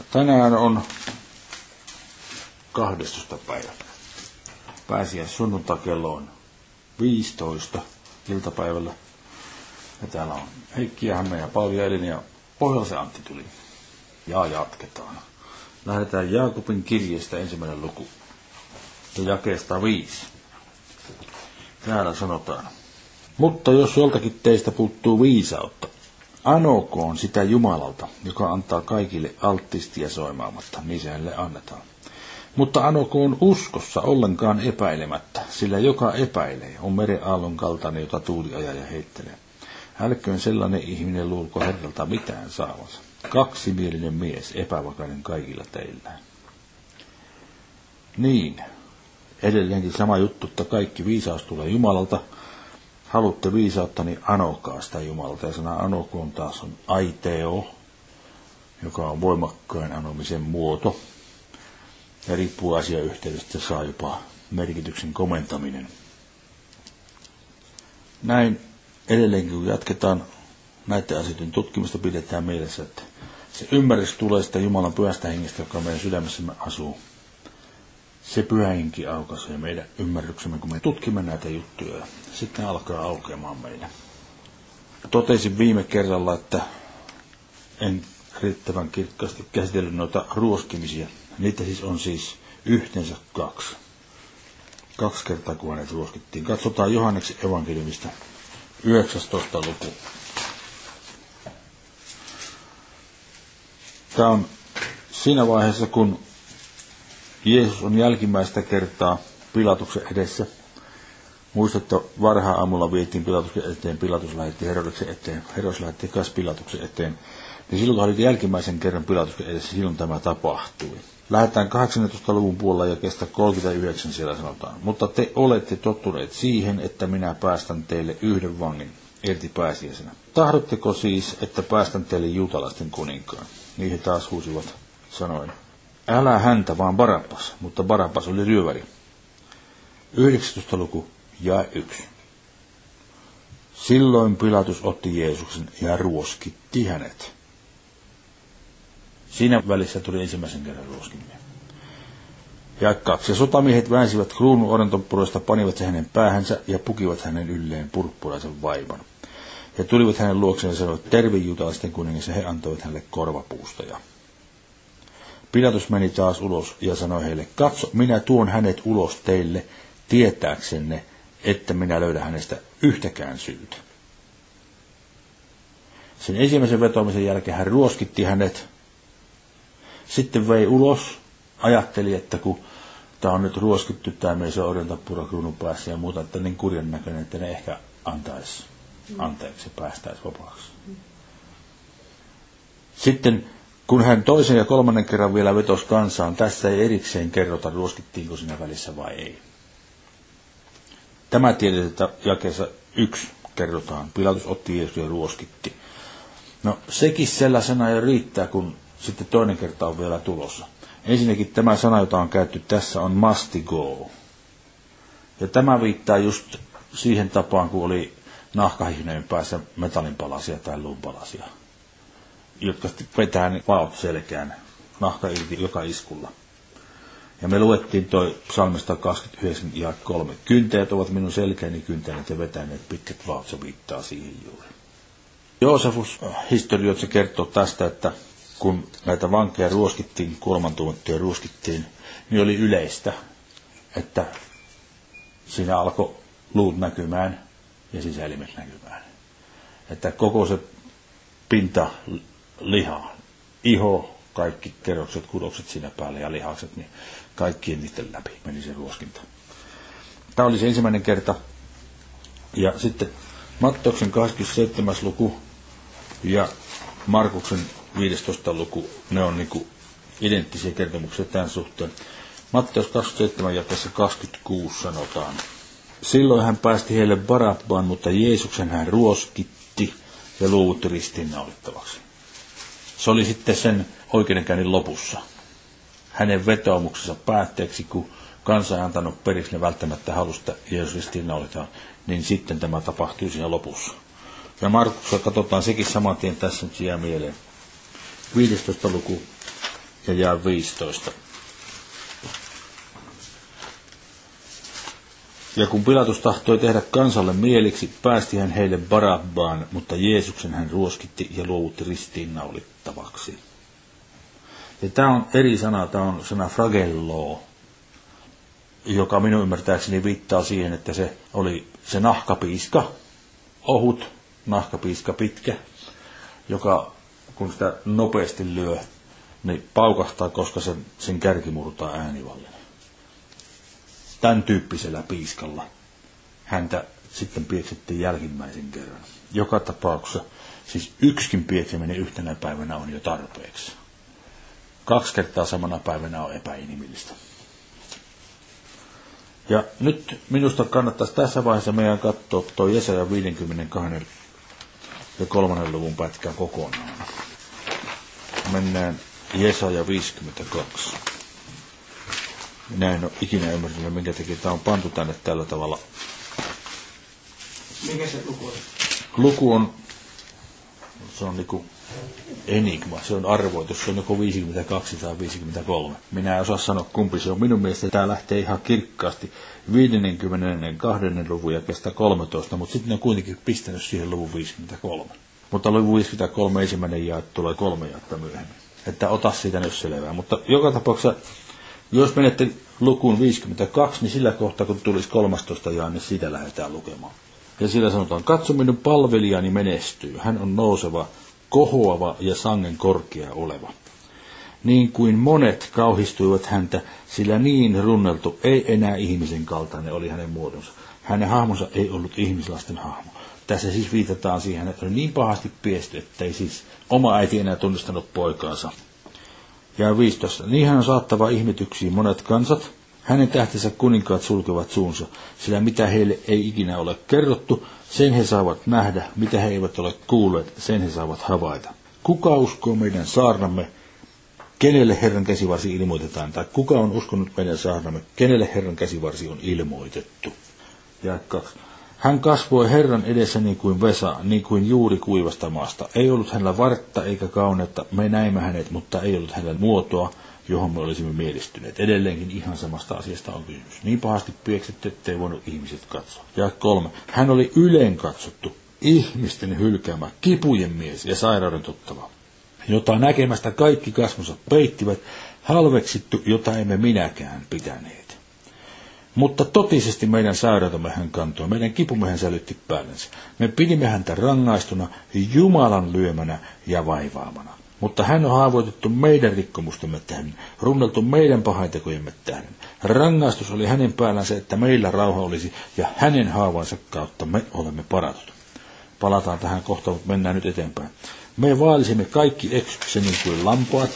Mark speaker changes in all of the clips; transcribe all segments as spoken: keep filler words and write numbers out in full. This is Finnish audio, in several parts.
Speaker 1: Tänään on kahdestoista päivä. Pääsiäis sunnuntai kello on viisitoista iltapäivällä. Ja täällä on Heikki ja Hanna ja Pauli ja Elina ja Pohjalaisen Antti tuli. Ja jatketaan. Lähdetään Jaakobin kirjeestä ensimmäinen luku. Ja jakeesta viisi. Täällä sanotaan. Mutta jos joltakin teistä puuttuu viisautta, anokoon sitä Jumalalta, joka antaa kaikille alttisti ja soimaamatta, niin se hänelle annetaan. Mutta anokoon uskossa ollenkaan epäilemättä, sillä joka epäilee on meren aallon kaltainen, jota tuuli ajaa ja heittelee. Älköön sellainen ihminen luulko Herralta mitään saavansa. Kaksimielinen mies, epävakainen kaikilla teillään. Niin, edelleenkin sama juttu, että kaikki viisaus tulee Jumalalta. Haluatte viisautta, niin anokaa sitä Jumalalta. Ja sana anokoon taas on aiteo, joka on voimakkain anomisen muoto. Ja riippuu asiayhteydestä, saa jopa merkityksen komentaminen. Näin edelleenkin, kun jatketaan näiden asioiden tutkimista, pidetään mielessä, että se ymmärrys tulee sitä Jumalan pyhästä hengestä, joka meidän sydämessämme asuu. Se pyhä henki aukaisee meidän ymmärryksemme, kun me tutkimme näitä juttuja. Sitten alkaa aukeamaan meille. Totesin viime kerralla, että en riittävän kirkkaasti käsitellyt noita ruoskimisia. Niitä siis on siis yhteensä kaksi. Kaksi kertaa, kun hänet ruoskittiin. Katsotaan Johanneksen evankeliumista yhdeksästoista luku. Tämä on siinä vaiheessa, kun Jeesus on jälkimmäistä kertaa Pilatuksen edessä. Muistatte, varhaan aamulla vietiin Pilatuksen eteen, Pilatus lähetti Herodeksen eteen, Herodes lähetti kas Pilatuksen eteen. Niin silloin, kun oli jälkimmäisen kerran Pilatuksen edessä, silloin tämä tapahtui. Lähdetään kahdeksannentoista luvun puolella ja kestä kolmekymmentäyhdeksän siellä sanotaan. Mutta te olette tottuneet siihen, että minä päästän teille yhden vangin irti pääsiäisenä. Tahdotteko siis, että päästän teille juutalaisten kuninkaan? Niin he taas huusivat sanoen. Älä häntä, vaan Barabbas, mutta Barabbas oli ryöväri. yhdeksästoista luku ja yksi. Silloin Pilatus otti Jeesuksen ja ruoskitti hänet. Siinä välissä tuli ensimmäisen kerran ruoskiminen. Ja kaksi. Ja sotamiehet väänsivät kruunun orantopuroista, panivat se hänen päähänsä ja pukivat hänen ylleen purppuraisen vaivan. Ja tulivat hänen luokseen ja sanoivat, terve juutalaisten kuningas, ja he antoivat hänelle korvapuustoja. Pilatus meni taas ulos ja sanoi heille, katso, minä tuon hänet ulos teille tietääksenne, että minä löydän hänestä yhtäkään syytä. Sen ensimmäisen vetoamisen jälkeen hän ruoskitti hänet, sitten vei ulos, ajatteli, että kun tämä on nyt ruoskittu, tämä mies on orjantapura kruunun päässä ja muuta, että niin kurjan näköinen, että ne ehkä antaisi anteeksi ja päästäisi vapaaksi. Sitten kun hän toisen ja kolmannen kerran vielä vetosi kansaan, tässä ei erikseen kerrota, ruoskittiinko siinä välissä vai ei. Tämä tiedetään jakeessa yksi kerrotaan. Pilatus otti Jeesuksen ja ruoskitti. No sekin sellaisena jo riittää, kun sitten toinen kerta on vielä tulossa. Ensinnäkin tämä sana, jota on käytetty tässä, on must go. Ja tämä viittaa just siihen tapaan, kun oli nahkahihnojen päässä metallinpalasia tai luunpalasia, jotka vetää vaot selkään, nahka irti joka iskulla. Ja me luettiin toi psalmista kaksikymmentäyhdeksän ja kolme. Kyntäjät ovat minun selkeäni kyntäneet ja vetäneet pitkät vaot, se viittaa siihen juuri. Joosefus historioitse kertoo tästä, että kun näitä vankeja ruoskittiin, kuolemantuomittuja ruoskittiin, niin oli yleistä, että siinä alkoi luut näkymään ja sisäelimet näkymään. Että koko se pinta, liha, iho, kaikki kerrokset, kudokset siinä päällä ja lihakset, niin kaikkien niiden läpi meni se ruoskinta. Tämä oli se ensimmäinen kerta. Ja sitten Matteuksen kaksikymmentäseitsemäs luku ja Markuksen viidestoista luku, ne on niin kuin identtisiä kertomuksia tämän suhteen. Matteus kaksikymmentäseitsemän jakeessa kaksikymmentäkuusi sanotaan. Silloin hän päästi heille Barabbaan, mutta Jeesuksen hän ruoskitti ja luovutti ristiinnaulittavaksi. Se oli sitten sen oikeudenkäynnin lopussa. Hänen vetoomuksensa päätteeksi, kun kansa ei antanut periksi, ne välttämättä halusta Jeesus ristiinnaulitaan, niin sitten tämä tapahtui siinä lopussa. Ja Markuksella katsotaan sekin saman tien, tässä nyt jää mieleen. viidestoista luku ja jae viisitoista. Ja kun Pilatus tahtoi tehdä kansalle mieliksi, päästi hän heille Barabbaan, mutta Jeesuksen hän ruoskitti ja luovutti ristiinnaulittavaksi. Ja tämä on eri sana, tämä on sana fragello, joka minun ymmärtääkseni viittaa siihen, että se oli se nahkapiiska, ohut nahkapiiska pitkä, joka kun sitä nopeasti lyö, niin paukahtaa, koska sen, sen kärki murtaa äänivallinen. Tämän tyyppisellä piiskalla häntä sitten pieksettiin jälkimmäisen kerran. Joka tapauksessa, siis yksikin piekseminen yhtenä päivänä on jo tarpeeksi. Kaksi kertaa samana päivänä on epäinhimillistä. Ja nyt minusta kannattaisi tässä vaiheessa meidän katsoa tuo Jesaja viisikymmentäkaksi ja kolmannen luvun pätkä kokonaan. Mennään Jesaja viisikymmentäkaksi. Minä en ole ikinä ymmärtänyt, minkä takia tämä on pantu tänne tällä tavalla.
Speaker 2: Mikä se luku on?
Speaker 1: Luku on, se on niinku enigma, se on arvoitus, se on joko viisikymmentäkaksi tai viisikymmentäkolme. Minä en osaa sanoa kumpi se on. Minun mielestä tämä lähtee ihan kirkkaasti viisikymmentäkaksi luvun ja kestää kolmetoista, mutta sitten ne on kuitenkin pistänyt siihen luvun viisikymmentäkolme. Mutta luvun viisikymmentäkolme ensimmäinen jae tulee kolme jaetta myöhemmin. Että ota siitä nyt selvää. Mutta joka tapauksessa, jos menette lukuun viisikymmentäkaksi, niin sillä kohtaa, kun tulisi kolmastoista jae, niin sitä lähdetään lukemaan. Ja sillä sanotaan, katso minun palvelijani menestyy. Hän on nouseva, kohoava ja sangen korkea oleva. Niin kuin monet kauhistuivat häntä, sillä niin runneltu ei enää ihmisen kaltainen oli hänen muodonsa. Hänen hahmonsa ei ollut ihmislasten hahmo. Tässä siis viitataan siihen, että oli niin pahasti piesty, ettei siis oma äiti enää tunnistanut poikaansa. Ja viisitoista. Niin hän on saattava ihmetyksiin monet kansat. Hänen tähtensä kuninkaat sulkevat suunsa, sillä mitä heille ei ikinä ole kerrottu, sen he saavat nähdä, mitä he eivät ole kuulleet, sen he saavat havaita. Kuka uskoo meidän saarnamme, kenelle Herran käsivarsi ilmoitetaan, tai kuka on uskonut meidän saarnamme, kenelle Herran käsivarsi on ilmoitettu. Ja kaksi. Hän kasvoi Herran edessä niin kuin vesa, niin kuin juuri kuivasta maasta. Ei ollut hänellä vartta eikä kauneutta, me näimme hänet, mutta ei ollut hänellä muotoa, johon me olisimme mielistyneet. Edelleenkin ihan samasta asiasta on kysymys. Niin pahasti pieksetty, ettei voinut ihmiset katsoa. Ja kolme. Hän oli yleen katsottu, ihmisten hylkäämä, kipujen mies ja sairauden tuttava, jota näkemästä kaikki kasvonsa peittivät, halveksittu, jota emme minäkään pitäneet. Mutta totisesti meidän sairautamme hän kantoi, meidän kipumme hän sälytti päällensä. Me pidimme häntä rangaistuna, Jumalan lyömänä ja vaivaamana. Mutta hän on haavoitettu meidän rikkomustemme tähden, runneltu meidän pahaintekojemme tähden. Rangaistus oli hänen päällänsä, että meillä rauha olisi, ja hänen haavansa kautta me olemme paratut. Palataan tähän kohtaan, mutta mennään nyt eteenpäin. Me vaalisimme kaikki eksykseni niin kuin lampaat.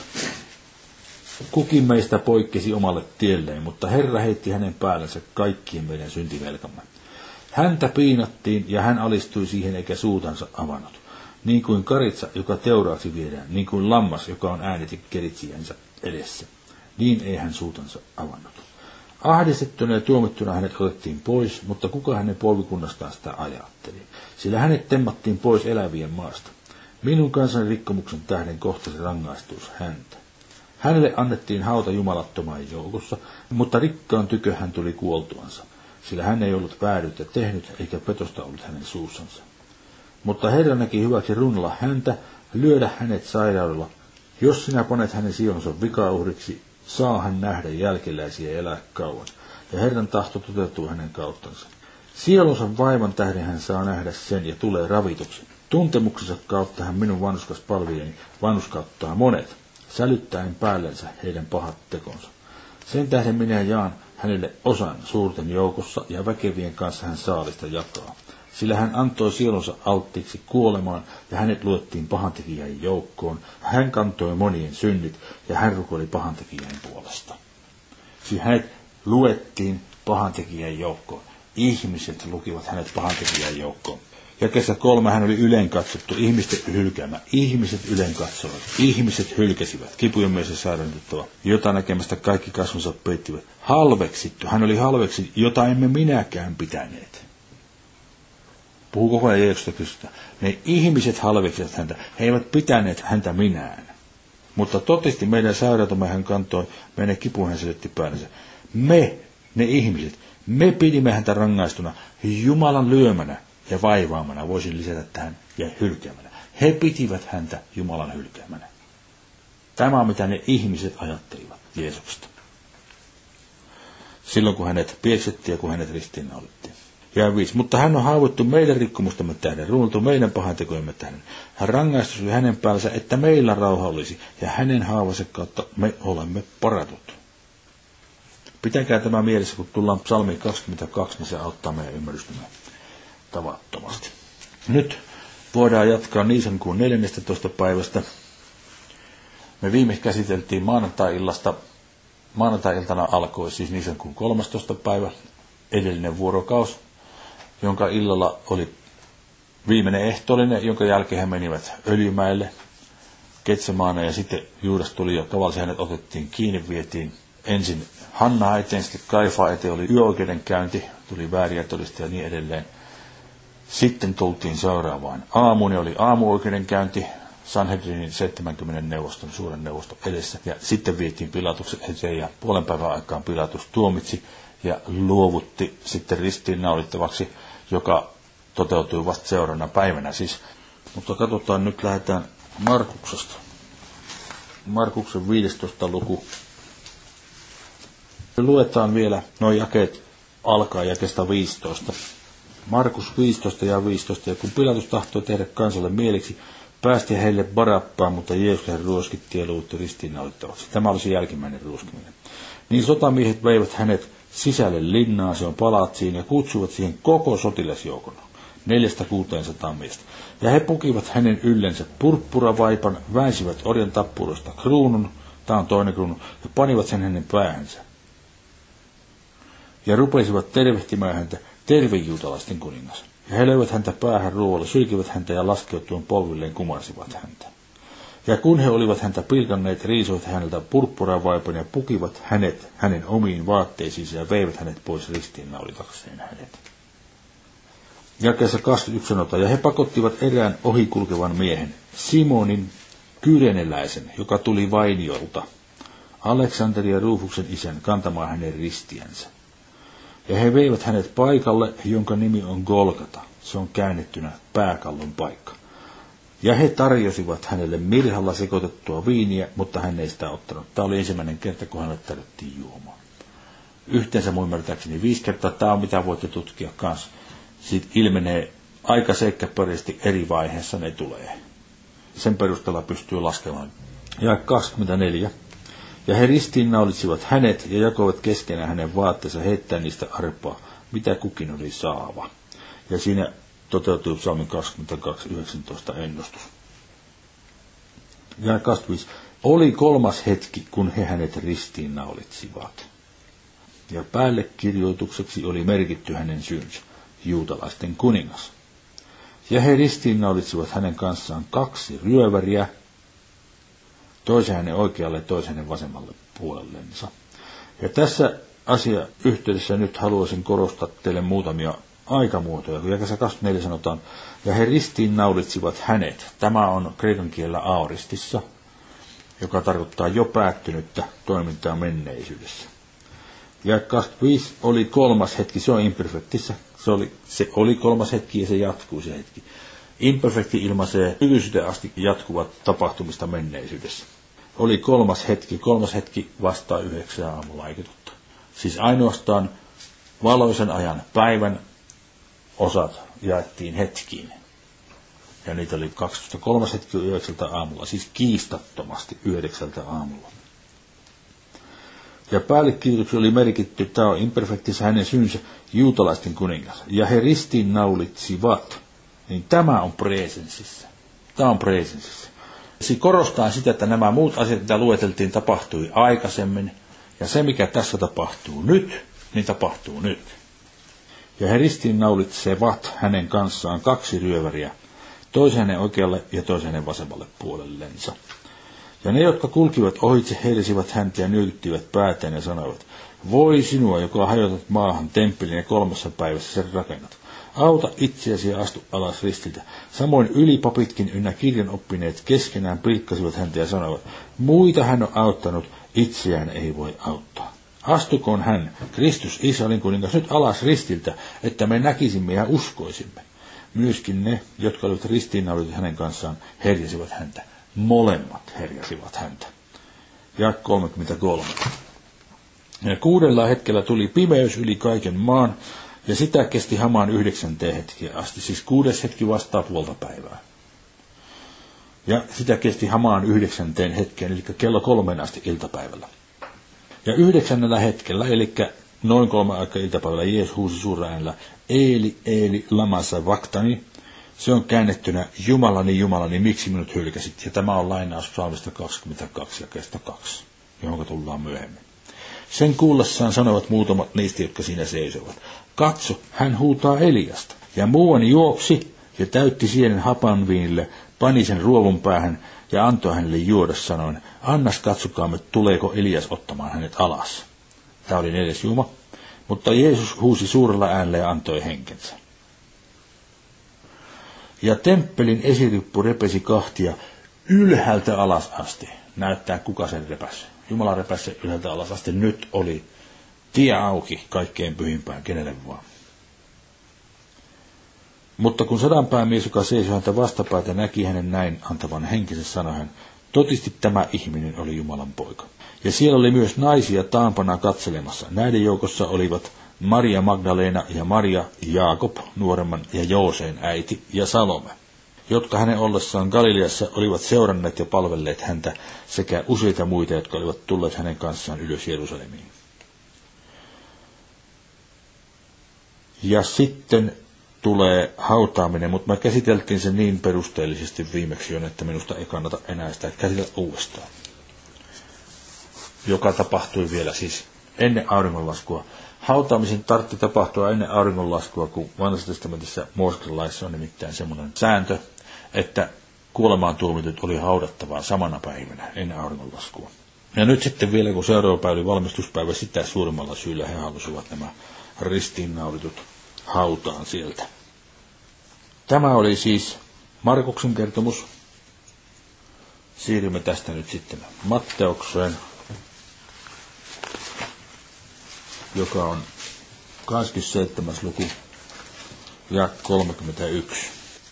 Speaker 1: Kukin meistä poikkesi omalle tielleen, mutta Herra heitti hänen päällänsä kaikkien meidän syntivelkamme. Häntä piinattiin, ja hän alistui siihen eikä suutansa avannut. Niin kuin karitsa, joka teuraaksi viedään, niin kuin lammas, joka on äänetin keritsijänsä edessä. Niin ei hän suutansa avannut. Ahdistettuna ja tuomittuna hänet otettiin pois, mutta kuka hänen polvikunnastaan sitä ajatteli? Sillä hänet temmattiin pois elävien maasta. Minun kansani rikkomuksen tähden kohtasi rangaistus häntä. Hänelle annettiin hauta jumalattomaan joukossa, mutta rikkaan tykö hän tuli kuoltuansa, sillä hän ei ollut vääryyttä tehnyt, eikä petosta ollut hänen suussansa. Mutta Herra näki hyväksi runnella häntä, lyödä hänet sairaudella. Jos sinä panet hänen sijonsa vikauhriksi, saa hän nähdä jälkeläisiä ja elää kauan, ja Herran tahto toteutuu hänen kauttansa. Sielunsa vaivan tähden hän saa nähdä sen ja tulee ravituksi. Tuntemuksensa kautta hän minun vanhuskas palvelijani vanhuskauttaa monet, sälyttäen päällensä heidän pahat tekonsa. Sen tähden minä jaan hänelle osan suurten joukossa, ja väkevien kanssa hän saalista jakaa. Sillä hän antoi sielunsa alttiiksi kuolemaan, ja hänet luettiin pahantekijän joukkoon. Hän kantoi monien synnit, ja hän rukoili pahantekijän puolesta. Siis hänet luettiin pahantekijän joukkoon. Ihmiset lukivat hänet pahantekijän joukkoon. Ja kesä kolme hän oli yleen katsottu, ihmisten hylkäämä. Ihmiset yleen katsoivat, ihmiset hylkäsivät, kipujen mies ja sairaantuttava, jota näkemästä kaikki kasvonsa peittivät. Halveksittu, hän oli halveksi, jota emme minäkään pitäneet. Puhuu koko ajan Jeesusta kysytään. Ne ihmiset halveksivat häntä, he eivät pitäneet häntä minään. Mutta totisesti meidän sairautamme hän kantoi, meidän kipuun hän selitti päänsä. Me, ne ihmiset, me pidimme häntä rangaistuna Jumalan lyömänä ja vaivaamana, voisin lisätä tähän, ja hylkäämänä. He pitivät häntä Jumalan hylkäämänä. Tämä on mitä ne ihmiset ajattelivat Jeesuksesta. Silloin kun hänet pieksettiin ja kun hänet ristiinnaulittiin. Ja viisi. Mutta hän on haavoittu meidän rikkomustamme tähden, runneltu meidän pahantekojemme tähden. Hän rangaistus oli hänen päällänsä, että meillä rauha olisi, ja hänen haavansa kautta me olemme paratut. Pitäkää tämä mielessä, kun tullaan psalmiin kaksikymmentäkaksi, niin se auttaa meidän ymmärrystämme tavattomasti. Nyt voidaan jatkaa Niisan kuun neljännestätoista päivästä. Me viime käsiteltiin maanantai-illasta. Maanantai-iltana alkoi siis Niisan kuun kolmastoista päivä, edellinen vuorokaus, jonka illalla oli viimeinen ehtoollinen, jonka jälkeen he menivät Öljymäelle, Getsemaaneen, ja sitten Juudas tuli ja tavallisesti hänet otettiin kiinni, vietiin ensin Hannaa eteen, sitten Kaifaa eteen, oli yöoikeudenkäynti, tuli vääriä todistajia ja niin edelleen. Sitten tultiin seuraavaan aamuun, ja oli aamuoikeudenkäynti Sanhedrinin seitsemänkymmenen neuvoston, suuren neuvoston edessä, ja sitten vietiin Pilatuksen eteen, ja puolen päivän aikaan Pilatus tuomitsi ja luovutti sitten ristiinnaulittavaksi, joka toteutui vasta seuraavana päivänä siis. Mutta katsotaan, nyt lähdetään Markuksesta. Markuksen viidestoista luku. Luetaan vielä nuo jakeet alkaa jakeesta viisitoista. Markus viisitoista ja viisitoista. Ja kun Pilatus tahtoi tehdä kansalle mieliksi, päästi heille Barabbaan, mutta Jeesus hän ruoskitti ja luovutti ristiinnaulittavaksi. Tämä oli se jälkimmäinen ruoskiminen. Niin sotamiehet veivät hänet sisälle linnaan, se on palatsiin, ja kutsuivat siihen koko sotilasjoukon, neljästä kuuteensataan miestä. Ja he pukivat hänen yllensä purppuravaipan, väisivät orjan tappuroista kruunun, tämä on toinen kruunu, ja panivat sen hänen päähänsä. Ja rupesivat tervehtimään häntä, terve juutalaisten kuningas. Ja he löivät häntä päähän ruoalle, sylkivät häntä ja laskeutuen polvilleen kumarsivat häntä. Ja kun he olivat häntä pilkanneet, riisuivat häneltä purppuravaipan ja pukivat hänet hänen omiin vaatteisiinsa ja veivät hänet pois ristiinnaulitakseen hänet. Jakeessa kaksikymmentäyksi sanotaan, ja he pakottivat erään ohikulkevan miehen, Simonin kyreneläisen, joka tuli vainiolta, Aleksanterin ja Rufuksen isän kantamaan hänen ristiänsä. Ja he veivät hänet paikalle, jonka nimi on Golgata, se on käännettynä pääkallon paikka. Ja he tarjosivat hänelle mirhalla sekoitettua viiniä, mutta hän ei sitä ottanut. Tämä oli ensimmäinen kerta, kun hänelle tarjottiin juomaan. Yhteensä mun ymmärtääkseni viisi kertaa. Tämä on mitä voitte tutkia kanssa. Siitä ilmenee aika seikkaperäisesti eri vaiheessa ne tulee. Sen perusteella pystyy laskemaan. Ja kaksikymmentäneljä. Ja he ristiinnaulitsivat hänet ja jakoivat keskenään hänen vaatteensa heittäen niistä arpaa, mitä kukin oli saava. Ja siinä toteutui psalmin kaksikymmentäkaksi yhdeksäntoista ennustus. Ja kaksikymmentäviisi. Oli kolmas hetki, kun he hänet ristiinnaulitsivat. Ja päällekirjoitukseksi oli merkitty hänen syynsä, juutalaisten kuningas. Ja he ristiinnaulitsivat hänen kanssaan kaksi ryöväriä, toisen hänen oikealle ja toisen hänen vasemmalle puolellensa. Ja tässä asia yhteydessä nyt haluaisin korostaa teille muutamia aikamuotoja, kun jakeessa kaksikymmentäneljä sanotaan, ja he ristiinnaulitsivat hänet. Tämä on kreikan kielellä aoristissa, joka tarkoittaa jo päättynyttä toimintaa menneisyydessä. Ja kaksikymmentäviisi oli kolmas hetki, se on imperfektissä, se oli, se oli kolmas hetki ja se jatkuu se hetki. Imperfekti ilmaisee nykyisyyteen asti jatkuvat tapahtumista menneisyydessä. Oli kolmas hetki, kolmas hetki vastaa yhdeksän aamulla, eikö totta? Siis ainoastaan valoisen ajan päivän osat jaettiin hetkiin. Ja niitä oli kaksitoista kolmas hetki yhdeksältä aamulla, siis kiistattomasti yhdeksältä aamulla. Ja päällekirjoituksessa oli merkitty, tämä on imperfektissä hänen syynsä, juutalaisten kuningas. Ja he ristiinnaulitsivat, niin tämä on presensissä. Tämä on presensissä. Se korostaa sitä, että nämä muut asiat, mitä lueteltiin, tapahtui aikaisemmin. Ja se, mikä tässä tapahtuu nyt, niin tapahtuu nyt. Ja he ristiinnaulitsevat hänen kanssaan kaksi ryöväriä, toisen hänen oikealle ja toisen hänen vasemmalle puolellensa. Ja ne, jotka kulkivat ohitse, heilisivät häntä ja nyökyttivät päätään ja sanoivat, voi sinua, joka hajotat maahan temppelin ja kolmessa päivässä sen rakennat. Auta itseäsi ja astu alas ristiltä. Samoin ylipapitkin ynnä kirjan oppineet keskenään pilkkasivat häntä ja sanoivat, muita hän on auttanut, itseään ei voi auttaa. Astukoon hän, Kristus Israelin kuningas, nyt alas ristiltä, että me näkisimme ja uskoisimme. Myöskin ne, jotka olivat ristiinnaulitut hänen kanssaan, herjasivat häntä. Molemmat herjasivat häntä. Ja kolmekymmentäkolme. Ja kuudella hetkellä tuli pimeys yli kaiken maan, ja sitä kesti hamaan yhdeksänteen hetkiä asti, siis kuudes hetki vastaa puolta päivää. Ja sitä kesti hamaan yhdeksänteen hetkeen, eli kello kolmeen asti iltapäivällä. Ja yhdeksännellä hetkellä, eli noin kolme aikaa iltapäivällä, Jeesus huusi suurella äänellä, Eeli, Eeli, lama sabachthani. Se on käännettynä, Jumalani, Jumalani, miksi minut hylkäsit? Ja tämä on lainaus psalmista kaksikymmentäkaksi jakeesta kaksi, johon tullaan myöhemmin. Sen kuullessaan sanovat muutamat niistä, jotka siinä seisovat. Katso, hän huutaa Eliasta. Ja muuan juoksi ja täytti sienen hapanviinille, pani sen ruovun päähän ja antoi hänelle juoda sanoen, annas katsokaamme, tuleeko Elias ottamaan hänet alas. Tämä oli neljäs juma, mutta Jeesus huusi suurella äänellä ja antoi henkensä. Ja temppelin esirippu repesi kahtia ylhäältä alas asti. Näyttää kuka sen repäsi. Jumala repäsi sen ylhäältä alas asti. Nyt oli tie auki kaikkein pyhimpään, kenelle vaan. Mutta kun sadanpäämies, joka seisoi häntä vastapäätä, näki hänen näin antavan henkensä, sanoi hän, todisti tämä ihminen oli Jumalan poika. Ja siellä oli myös naisia taampana katselemassa. Näiden joukossa olivat Maria Magdalena ja Maria, Jaakob, nuoremman ja Jooseen äiti ja Salome, jotka hänen ollessaan Galileassa olivat seuranneet ja palvelleet häntä, sekä useita muita, jotka olivat tulleet hänen kanssaan ylös Jerusalemiin. Ja sitten tulee hautaaminen, mutta me käsiteltiin sen niin perusteellisesti viimeksi jo, että minusta ei kannata enää sitä käsitellä uudestaan. Joka tapahtui vielä siis ennen auringonlaskua. Hautaamisen tarvitsi tapahtua ennen auringonlaskua, kun Vanhassa testamentissa Mooseksen laissa on nimittäin semmoinen sääntö, että kuolemaan tuomitut oli haudattavaa samana päivänä ennen auringonlaskua. Ja nyt sitten vielä, kun seuraava päivä oli valmistuspäivä, sitä suurimmalla syyllä he halusivat nämä ristiinnaulitut hautaan sieltä. Tämä oli siis Markuksen kertomus. Siirrymme tästä nyt sitten Matteukseen, joka on kaksikymmentäseitsemäs luku ja kolmekymmentäyksi.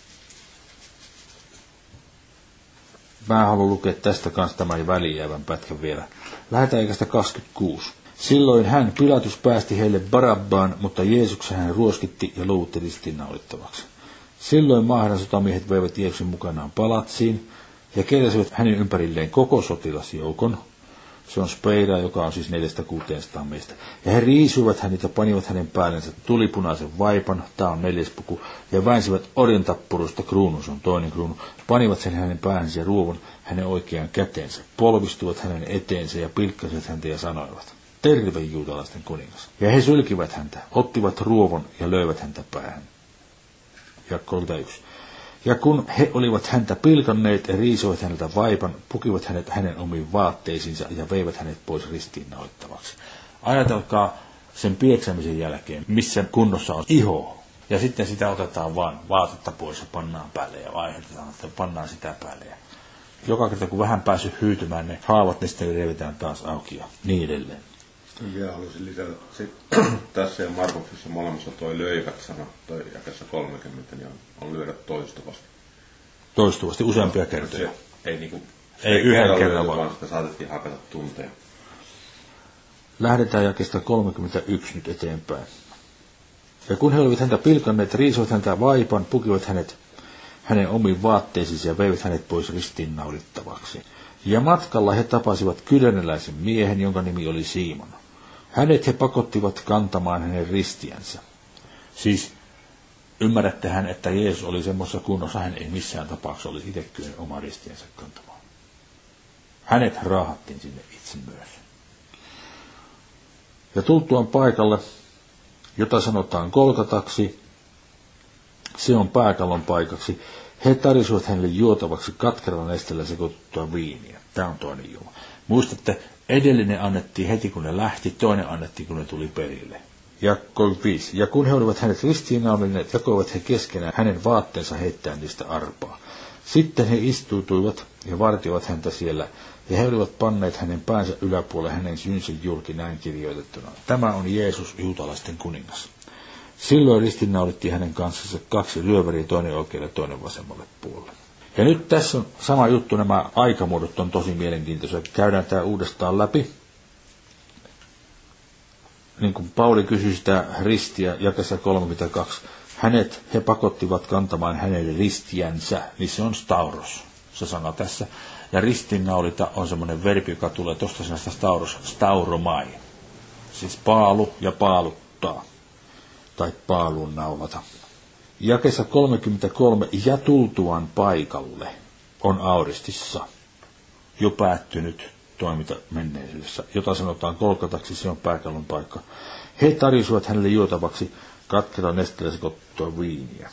Speaker 1: Mä haluan lukea tästä kanssa tämän välijäävän pätkän vielä. Lähdetään ikästä kaksikymmentäkuusi. Silloin hän, Pilatus, päästi heille Barabbaan, mutta Jeesuksen hän ruoskitti ja luovutti ristiinnaulittavaksi. Silloin maaherran sotamiehet veivät Jeesuksen mukanaan palatsiin ja keräsivät hänen ympärilleen koko sotilasjoukon. Se on speira, joka on siis neljästä kuuteensataan miestä. Ja he riisuivat hänitä, panivat hänen päällensä tulipunaisen vaipan, tämä on neljäs puku, ja väänsivät orjantappurusta kruunun, se on toinen kruunu, panivat sen hänen päänsä ja ruovun hänen oikeaan käteensä, polvistuvat hänen eteensä ja pilkkasivat häntä ja sanoivat, terve juutalaisten kuningas. Ja he sylkivät häntä, ottivat ruovon ja löivät häntä päähän. Ja kolmekymmentäyksi. Ja kun he olivat häntä pilkanneet ja riisuivat häneltä vaipan, pukivat hänet hänen omiin vaatteisiinsa ja veivät hänet pois ristiinnaulittavaksi. Ajatelkaa sen pieksämisen jälkeen, missä kunnossa on iho. Ja sitten sitä otetaan vaan vaatetta pois ja pannaan päälle ja vaihdetaan, että pannaan sitä päälle. Ja joka kerta kun vähän päässyt hyytymään ne haavat, ne sitten revitään taas auki ja niin edelleen.
Speaker 2: Vielä haluaisin lisätä, tässä ja Markuksessa molemmissa toi löivät sana, toi jakessa kolmekymmentä, niin on, on lyödä toistuvasti.
Speaker 1: Toistuvasti, useampia kertoja.
Speaker 2: Se, ei niinku,
Speaker 1: ei
Speaker 2: ei
Speaker 1: yhden kerran vaan.
Speaker 2: vaan sitä saatettiin hakata tunteja.
Speaker 1: Lähdetään jakesta kolmekymmentäyksi nyt eteenpäin. Ja kun he olivat häntä pilkanneet, riisuivat häntä vaipan, pukivat hänet hänen omiin vaatteisiinsa ja veivät hänet pois ristiinnaulittavaksi. Ja matkalla he tapasivat kyreneläisen miehen, jonka nimi oli Simon. Hänet he pakottivat kantamaan hänen ristiänsä. Siis ymmärrättehän, että Jeesus oli semmoisessa kunnossa, hän ei missään tapauksessa olisi itse kyennyt omaa ristiänsä kantamaan. Hänet raahattiin sinne itse myös. Ja tultuaan paikalle, jota sanotaan Golgataksi, se on pääkallon paikaksi, He tarjosivat hänelle juotavaksi katkeran nesteellä sekoitettua viiniä. Tämä on toinen juoma. Muistatte, edellinen annettiin heti kun ne lähti, toinen annettiin kun ne tuli perille. Ja kolmekymmentäviisi. Ja kun he olivat hänet ristiinnaulilleet, jakoivat he keskenään hänen vaatteensa heittäen niistä arpaa. Sitten he istuutuivat ja vartioivat häntä siellä, ja he olivat panneet hänen päänsä yläpuolelle hänen synsä julki näin kirjoitettuna. Tämä on Jeesus, juutalaisten kuningas. Silloin ristiinnaulittiin hänen kanssansa kaksi ryöväriä, toinen oikealle ja toinen vasemmalle puolelle. Ja nyt tässä on sama juttu, nämä aikamuodot on tosi mielenkiintoisia. Käydään tämä uudestaan läpi. Niin kuin Pauli kysyi sitä ristiä jakeessa kolmekymmentäkaksi, hänet he pakottivat kantamaan hänen ristiänsä, niin se on stauros, se sana tässä. Ja ristinnaulita on semmoinen verbi, joka tulee tuosta sanasta stauros, stauromai. Siis paalu ja paaluttaa, tai paaluun naulata. Jakeessa kolmekymmentäkolme, ja tultuaan paikalle on auristissa jo päättynyt toiminta menneisyydessä, jota sanotaan Golgataksi, se on pääkallon paikka. He tarjosivat hänelle juotavaksi katkeran nesteellä sekoittua viiniä.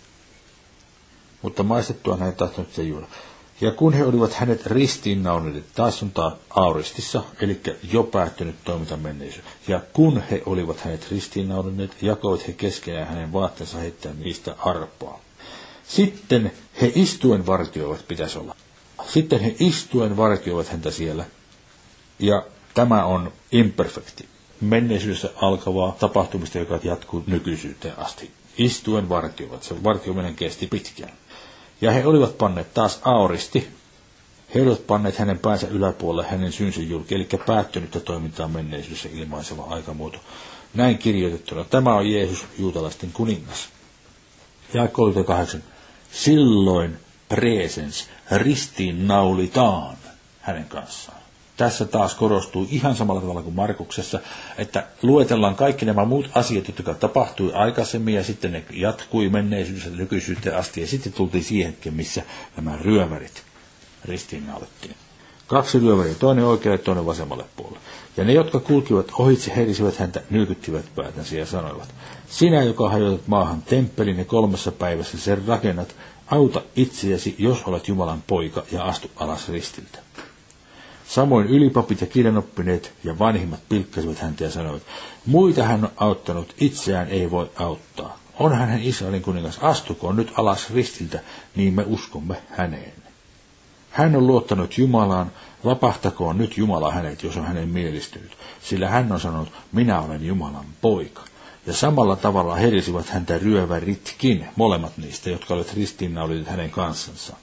Speaker 1: Mutta maistettuaan hän ei tahtonut se juoda. Ja kun he olivat hänet ristiinnaulilleet, taas on taas auristissa, eli jo päättynyt toiminta menneisyydessä. Ja kun he olivat hänet ristiinnaulilleet, jakoivat he keskenään hänen vaatteensa heittäen niistä arpaa. Sitten he istuen vartioivat, pitäisi olla. Sitten he istuen vartioivat häntä siellä. Ja tämä on imperfekti. Menneisyydessä alkavaa tapahtumista, joka jatkuu nykyisyyteen asti. Istuen vartioivat. Se vartioiminen kesti pitkään. Ja he olivat panneet taas auristi. He olivat panneet hänen päänsä yläpuolelle hänen synsä julki, eli päättynyttä toimintaa menneisyydessä ilmaiseva aikamuoto. Näin kirjoitettuna. Tämä on Jeesus, juutalaisten kuningas. Ja kolmekymmentäkahdeksan. Silloin presens ristiinnaulitaan hänen kanssaan. Tässä taas korostuu ihan samalla tavalla kuin Markuksessa, että luetellaan kaikki nämä muut asiat, jotka tapahtui aikaisemmin, ja sitten ne jatkui menneisyydessä nykyisyyteen asti, ja sitten tultiin siihen hetkeen, missä nämä ryövärit ristiinnaulittiin. Kaksi ryöväriä, toinen oikealle ja toinen vasemmalle puolelle. Ja ne, jotka kulkivat ohitse, heirisivät häntä, nylkyttivät päätänsä ja sanoivat, sinä, joka hajotat maahan temppelin ja kolmessa päivässä sen rakennat, auta itseäsi, jos olet Jumalan poika, ja astu alas ristiltä. Samoin ylipapit ja kirjanoppineet ja vanhimmat pilkkasivat häntä ja sanoivat, muita hän on auttanut, itseään ei voi auttaa. Onhan hän Israelin kuningas, astukoon nyt alas ristiltä, niin me uskomme häneen. Hän on luottanut Jumalaan, vapahtakoon nyt Jumala hänet, jos on hänen mielistynyt, sillä hän on sanonut, minä olen Jumalan poika. Ja samalla tavalla herisivät häntä ryöväritkin, molemmat niistä, jotka olivat ristiinnaulilleet hänen kanssansa.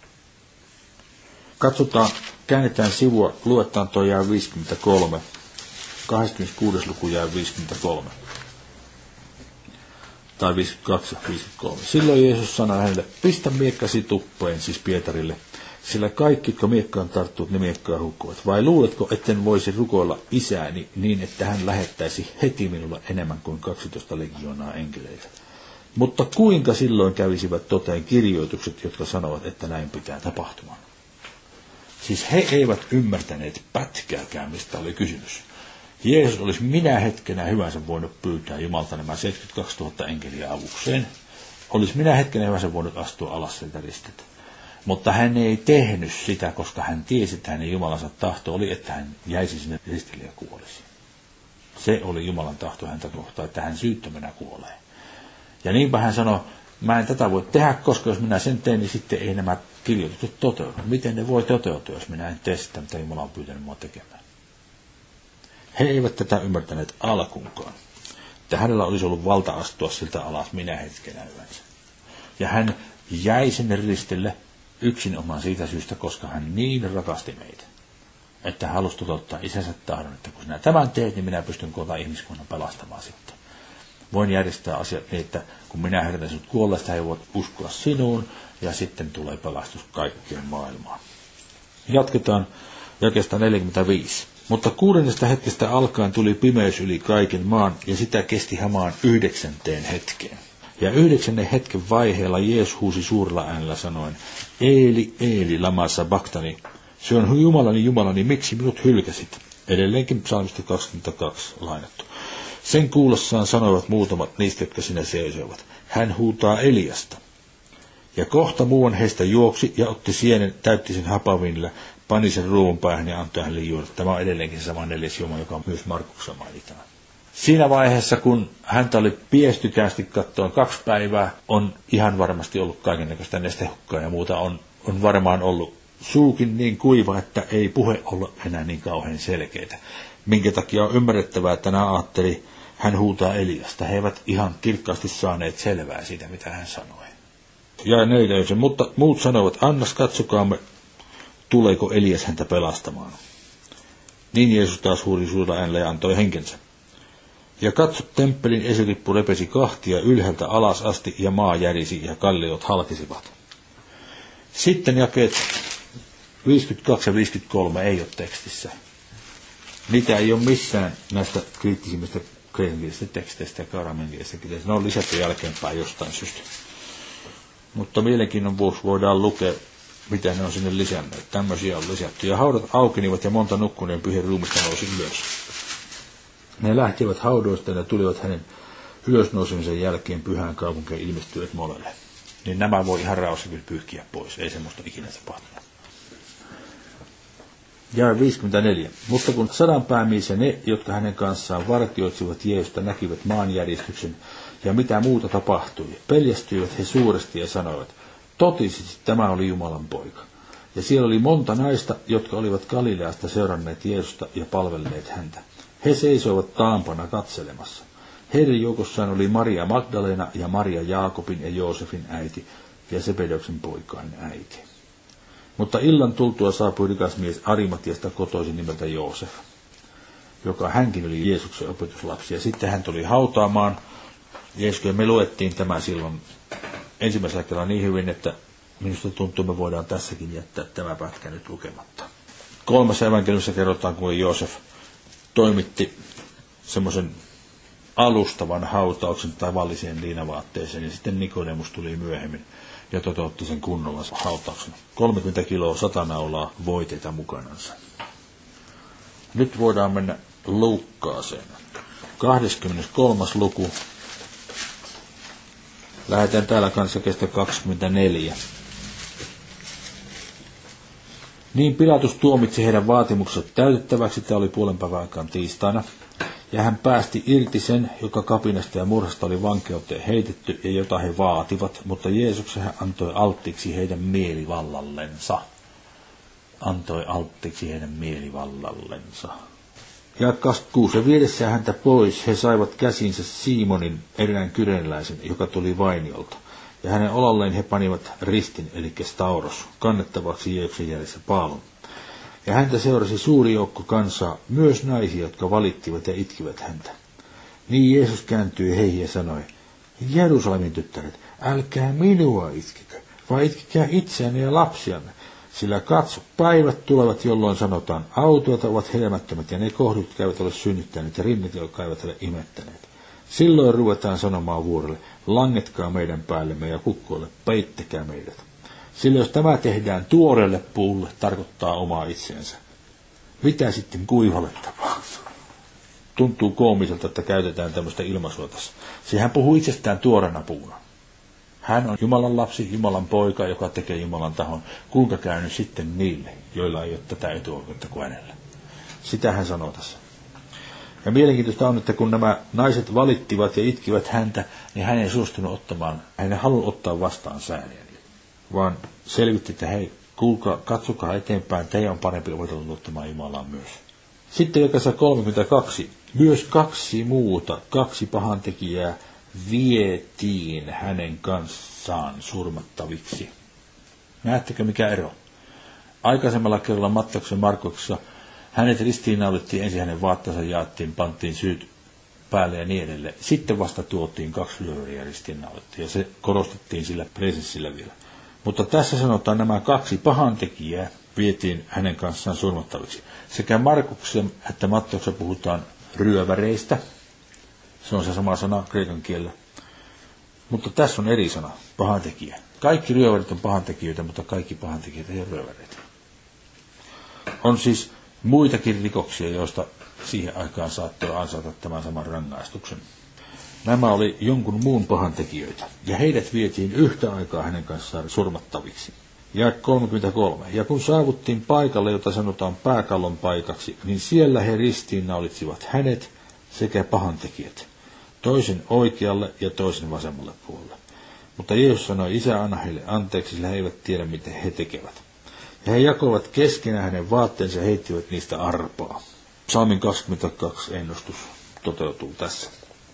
Speaker 1: Katsotaan, käännetään sivua, luetaan tuo jää viisikymmentäkolme, kahdeskymmeneskuudes luku jää viisikymmentäkolme, tai viisikymmentäkaksi, viisikymmentäkolme. Silloin Jeesus sanoi hänelle, pistä miekkasi tuppeen, siis Pietarille, sillä kaikki, jotka miekkaan tarttuvat, ne miekkaa rukoivat. Vai luuletko, etten voisi rukoilla isääni niin, että hän lähettäisi heti minulle enemmän kuin kaksitoista legioonaa enkeleitä? Mutta kuinka silloin kävisivät toteen kirjoitukset, jotka sanovat, että näin pitää tapahtumaan? Siis he eivät ymmärtäneet pätkääkään, mistä oli kysymys. Jeesus olisi minä hetkenä hyvänsä voinut pyytää Jumalta nämä seitsemänkymmentäkaksituhatta enkeliä avukseen. Olisi minä hetkenä hyvänsä voinut astua alas sieltä ristiltä. Mutta hän ei tehnyt sitä, koska hän tiesi, että hänen Jumalansa tahto oli, että hän jäisi sinne ristille ja kuolisi. Se oli Jumalan tahto häntä kohtaan, että hän syyttömänä kuolee. Ja niinpä hän sanoi, mä en tätä voi tehdä, koska jos minä sen teen, niin sitten ei nämä kirjoitukset toteudu. Miten ne voi toteutua, jos minä en tee sitä, mitä Jumala on pyytänyt mua tekemään? He eivät tätä ymmärtäneet alkuunkaan. Että hänellä olisi ollut valta astua siltä alas minä hetkenä yleensä. Ja hän jäi sinne ristille yksinomaan siitä syystä, koska hän niin rakasti meitä, että hän halusi toteuttaa isänsä tahdon, että kun sinä tämän teet, niin minä pystyn koko ihmiskunnan pelastamaan sitten. Voin järjestää asiat niin, että kun minä herätän sinut kuolleesta, he voivat uskoa sinuun, ja sitten tulee pelastus kaikkeen maailmaan. Jatketaan jakeesta neljäkymmentäviisi. Mutta kuudennesta hetkestä alkaen tuli pimeys yli kaiken maan, ja sitä kesti hamaan yhdeksänteen hetkeen. Ja yhdeksännen hetken vaiheella Jeesus huusi suurella äänellä sanoen, Eeli, Eeli, lama sabaktani, se on Jumalani, Jumalani, miksi minut hylkäsit? Edelleenkin psalmista kaksikymmentäkaksi lainattu. Sen kuulossaan sanoivat muutamat niistä, jotka siinä seisoivat. Hän huutaa Eliasta. Ja kohta muuan heistä juoksi ja otti sienen, täytti sen hapavinilla, pani sen ruuan päähän ja antoi hänelle juoda. Tämä on edelleenkin se sama neljäs juoma, joka myös Markuksessa mainitaan. Siinä vaiheessa, kun häntä oli piestykästi kattoon kaksi päivää, on ihan varmasti ollut kaikennäköistä nestehukkaa ja muuta. On, on varmaan ollut suukin niin kuiva, että ei puhe ollut enää niin kauhean selkeitä. Minkä takia on ymmärrettävää, että nämä ajatteli, hän huutaa Eliasta. He eivät ihan kirkkaasti saaneet selvää siitä, mitä hän sanoi. Ja neljäsen, mutta muut sanoivat, annas katsokaamme, tuleeko Elias häntä pelastamaan. Niin Jeesus taas huuri suurella äänellä ja antoi henkensä. Ja katso, temppelin esilippu repesi kahtia ylhäältä alas asti ja maa järisi ja kalliot halkisivat. Sitten jakeet viisikymmentäkaksi ja viisikymmentäkolme ei ole tekstissä. Niitä ei ole missään näistä kriittisimmistä kreidankielisistä teksteistä ja karamienkielisistä teksteistä. Ne on lisätty jälkeenpäin jostain syystä. Mutta mielenkiinnon vuoksi voidaan lukea, mitä ne on sinne lisänneet. Tämmöisiä on lisätty. Ja haudat aukenivat ja monta nukkuneen pyhien ruumista nousi ylös. Ne lähtivät haudoista ja tulivat hänen ylösnousemisen jälkeen pyhään kaupunkiin ilmestyivät monelle. Niin nämä voi ihan rauhassa kyllä pyyhkiä pois. Ei semmoista ikinä tapahtunut. Ja viisikymmentäneljä. Mutta kun sadan päämies ja ne, jotka hänen kanssaan vartioitsivat Jeesusta, näkivät maanjäristyksen ja mitä muuta tapahtui, peljästyivät he suuresti ja sanoivat, totisesti tämä oli Jumalan poika. Ja siellä oli monta naista, jotka olivat Galileasta seuranneet Jeesusta ja palvelleet häntä. He seisoivat taampana katselemassa. Heidän joukossaan oli Maria Magdalena ja Maria Jaakobin ja Joosefin äiti ja Sebedeuksen poikain äiti. Mutta illan tultua saapui rikas mies Arimatiasta kotoisin nimeltä Joosef, joka hänkin oli Jeesuksen opetuslapsi. Ja sitten hän tuli hautaamaan Jeesus, ja me luettiin tämä silloin ensimmäisellä kerralla niin hyvin, että minusta tuntuu, että me voidaan tässäkin jättää tämä pätkä nyt lukematta. Kolmassa evankeliumissa kerrotaan, kun Joosef toimitti semmoisen alustavan hautauksen tavalliseen liinavaatteeseen, ja sitten Nikodemus tuli myöhemmin ja toteutti sen kunnolla hautauksen. kolmekymmentä kiloa satanaulaa voiteita mukanansa. Nyt voidaan mennä Luukkaaseen. kahdeskymmeneskolmas luku. Lähdetään täällä kanssa kestä kaksikymmentäneljä. Niin Pilatus tuomitsi heidän vaatimukset täytettäväksi, tämä oli puolen päivän aikaan tiistaina, ja hän päästi irti sen, joka kapinasta ja murhasta oli vankeuteen heitetty ja jota he vaativat, mutta Jeesuksen hän antoi alttiiksi heidän mielivallallensa. Antoi alttiiksi heidän mielivallallensa. Ja kaksikymmentäkuusi. Ja viedessä häntä pois he saivat käsinsä Simonin erään kyreneläisen, joka tuli vainiolta. Ja hänen olalleen he panivat ristin, eli stauros, kannettavaksi Jeesuksen jäljessä paalun. Ja häntä seurasi suuri joukko kansaa, myös naisia, jotka valittivat ja itkivät häntä. Niin Jeesus kääntyi heihin ja sanoi, Jerusalemin tyttäret, älkää minua itkikö, vaan itkikää itseänne ja lapsianne. Sillä katso, päivät tulevat, jolloin sanotaan, autoita ovat helmättömät ja ne kohdut, jotka eivät ole synnyttäneet ja rinnet, jotka eivät ole imettäneet. Silloin ruvetaan sanomaan vuorelle, langetkaa meidän päällemme ja kukkoille, peittäkää meidät. Sillä jos tämä tehdään tuoreelle puulle, tarkoittaa omaa itseensä. Mitä sitten kuivalle tapahtuu? Tuntuu koomiselta, että käytetään tämmöistä ilmaisua tässä. Sehän puhuu itsestään tuorena puuna. Hän on Jumalan lapsi, Jumalan poika, joka tekee Jumalan tahon. Kuinka käynyt sitten niille, joilla ei ole tätä etuoikeutta kuin hänellä? Sitä hän sanoo tässä. Ja mielenkiintoista on, että kun nämä naiset valittivat ja itkivät häntä, niin hän ei suostunut ottamaan, hän ei halunnut ottaa vastaan sääliä. Vaan selvitti, että hei, kuulkaa, katsokaa eteenpäin, teidän on parempi opetella ottamaan Jumalaa myös. Sitten jakessa kolmekymmentäkaksi. Myös kaksi muuta, kaksi pahantekijää vietiin hänen kanssaan surmattaviksi. Näettekö mikä ero? Aikaisemmalla kerralla Matteuksen Markuksessa hänet ristiinnaulittiin, ensin hänen vaattansa jaettiin, pantiin syyt päälle ja niin edelleen. Sitten vasta tuotiin kaksi lyöriä ristiinnaulittiin ja se korostettiin sillä presenssillä vielä. Mutta tässä sanotaan, nämä kaksi pahantekijää vietiin hänen kanssaan surmattaviksi. Sekä Markuksessa että Matteuksessa puhutaan ryöväreistä. Se on se sama sana kreikan kielellä. Mutta tässä on eri sana, pahantekijä. Kaikki ryövärit on pahantekijöitä, mutta kaikki pahantekijät ei ole ryöväreitä. On siis muitakin rikoksia, joista siihen aikaan saattoi ansaita tämän saman rangaistuksen. Nämä oli jonkun muun pahan tekijöitä, ja heidät vietiin yhtä aikaa hänen kanssaan surmattaviksi. Ja kolmekymmentäkolme. Ja kun saavuttiin paikalle, jota sanotaan pääkallon paikaksi, niin siellä he ristiinnaulitsivat hänet sekä pahantekijät, toisen oikealle ja toisen vasemmalle puolelle. Mutta Jeesus sanoi, Isä, anna heille anteeksi, sillä he eivät tiedä, miten he tekevät. Ja he jakoivat keskenään hänen vaatteensa ja heittivät niistä arpaa. Psalmin kaksikymmentäkaksi ennustus toteutuu tässä.